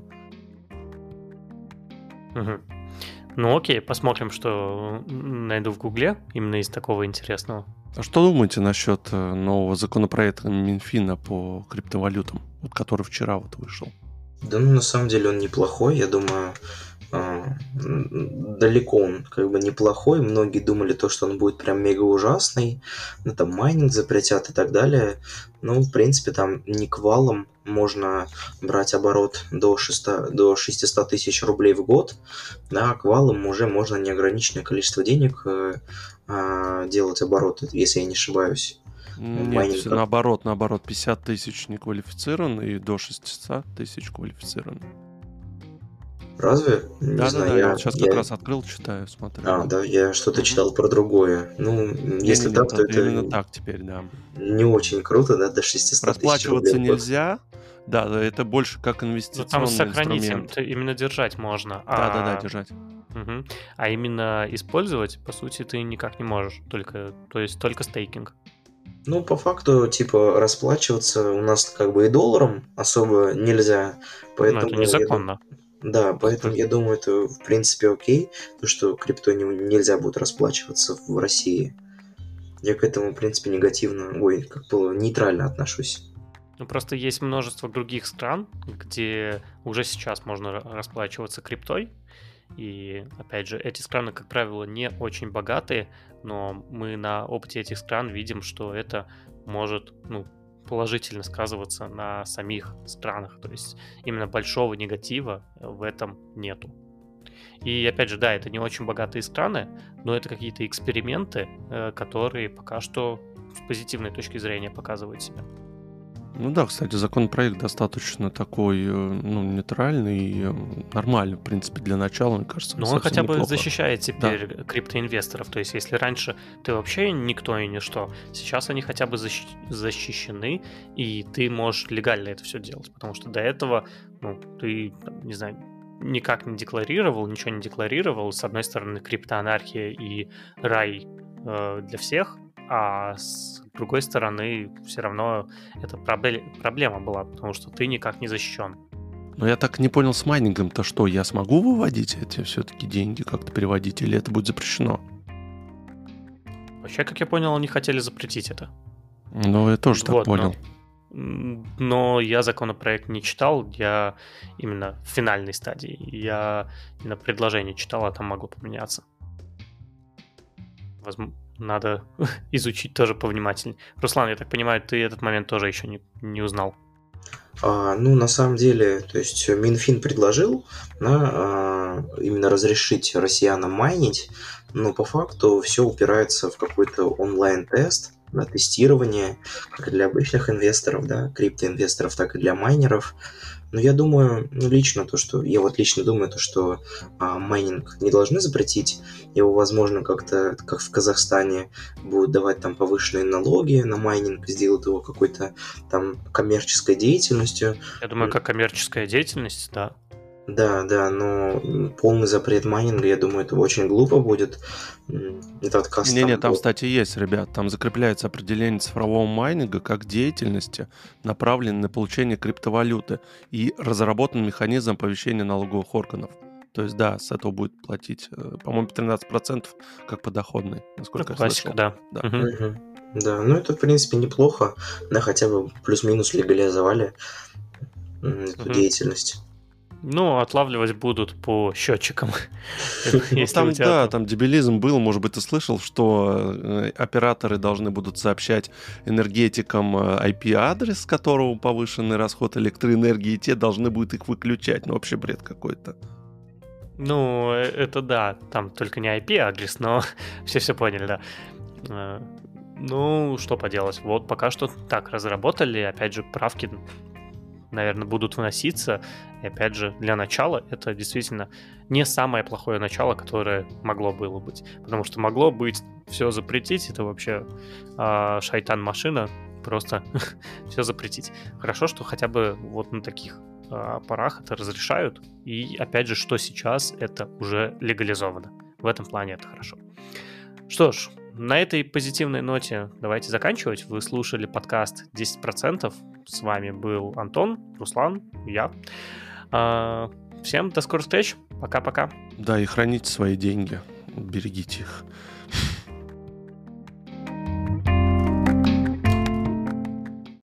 Угу. Ну, окей, посмотрим, что найду в Гугле именно из такого интересного. А что думаете насчет нового законопроекта Минфина по криптовалютам, вот который вчера вот вышел? Да, ну, на самом деле он неплохой, я думаю, э, далеко он как бы неплохой. Многие думали то, что он будет прям мега ужасный, ну, там майнинг запретят и так далее. Ну, в принципе, там не квалом можно брать оборот до шестисот, до шестисот тысяч рублей в год, да, а квалом уже можно неограниченное количество денег э, э, делать оборот, если я не ошибаюсь. Нет, майнинг... наоборот, наоборот, пятьдесят тысяч неквалифицирован и до шестьсот тысяч квалифицирован. Разве? Не да, знаю, да, да, я, я вот сейчас я... как раз открыл, читаю, смотрю. А, да, я что-то угу. читал про другое. Ну, не, если не, так, не, то это... Именно так теперь, да. Не очень круто, да, до шестисот тысяч рублей. Расплачиваться нельзя, да, да, это больше как инвестиционный инструмент. Там сохранить, именно держать можно. Да, а... да, да, держать. Угу. А именно использовать, по сути, ты никак не можешь, только, то есть только стейкинг. Ну, по факту, типа, расплачиваться у нас как бы и долларом особо нельзя, поэтому... Ну, это незаконно. Я... Да, поэтому я думаю, это в принципе окей, то, что криптой нельзя будет расплачиваться в России. Я к этому, в принципе, негативно, ой, как бы нейтрально отношусь. Ну, просто есть множество других стран, где уже сейчас можно расплачиваться криптой. И, опять же, эти страны, как правило, не очень богатые, но мы на опыте этих стран видим, что это может, ну, положительно сказываться на самих странах. То есть именно большого негатива в этом нету. И, опять же, да, это не очень богатые страны, но это какие-то эксперименты, которые пока что с позитивной точки зрения показывают себя. Ну да, кстати, законопроект достаточно такой, ну, нейтральный и нормальный, в принципе, для начала, мне кажется. Но он хотя бы неплохо. защищает теперь да. криптоинвесторов. То есть, если раньше ты вообще никто и ничто, сейчас они хотя бы защ... защищены, и ты можешь легально это все делать. Потому что до этого, ну, ты, не знаю, никак не декларировал, ничего не декларировал. С одной стороны, криптоанархия и рай э, для всех, а с другой стороны, все равно это проблема была, потому что ты никак не защищен. Но я так не понял, с майнингом-то что? Я смогу выводить эти все-таки деньги, как-то переводить, или это будет запрещено? Вообще, как я понял, они хотели запретить это. Ну, я тоже вот, так понял. Но, но я законопроект не читал, я именно в финальной стадии. Я именно предложение читал, а там могло поменяться. Возможно. Надо изучить тоже повнимательнее. Руслан, я так понимаю, ты этот момент тоже еще не, не узнал. А, ну, на самом деле, то есть Минфин предложил, да, а, именно разрешить россиянам майнить, но по факту все упирается в какой-то онлайн-тест, да, тестирование, как для обычных инвесторов, да, криптоинвесторов, так и для майнеров. Но я думаю, ну, лично то, что... Я вот лично думаю, то, что а, майнинг не должны запретить. Его, возможно, как-то, как в Казахстане, будут давать там повышенные налоги на майнинг, сделают его какой-то там коммерческой деятельностью. Я думаю, как коммерческая деятельность, да. Да, да, но полный запрет майнинга, я думаю, это очень глупо будет. Этот каст Не-не, там там, был. кстати, есть, ребят, там закрепляется определение цифрового майнинга как деятельности, направленной на получение криптовалюты, и разработан механизм оповещения налоговых органов. То есть, да, с этого будет платить, э, по-моему, тринадцать процентов как подоходный, Ну, насколько я классика, слышал. да. Да. Мгм. Мгм. Да, ну это, в принципе, неплохо. Да, хотя бы плюс-минус легализовали м, эту Мгм. деятельность. Ну, отлавливать будут по счетчикам, Ну, если у там, тебя да, там... там дебилизм был, может быть, ты слышал, что э, операторы должны будут сообщать энергетикам э, ай пи-адрес, с которого повышенный расход электроэнергии, и те должны будут их выключать. Ну, вообще бред какой-то. Ну, э, это да, там только не ай пи-адрес, но все все поняли, да. Э, Ну, что поделать, вот пока что так разработали, опять же, правки, наверное, будут вноситься, и опять же, для начала это действительно не самое плохое начало, которое могло было быть, потому что могло быть все запретить, это вообще а, шайтан-машина, просто все запретить. Хорошо, что хотя бы вот на таких а, парах это разрешают, и опять же, что сейчас это уже легализовано. В этом плане это хорошо. Что ж, на этой позитивной ноте давайте заканчивать. Вы слушали подкаст десять процентов. С вами был Антон, Руслан, я. А, Всем до скорых встреч. Пока-пока. Да, и храните свои деньги, берегите их.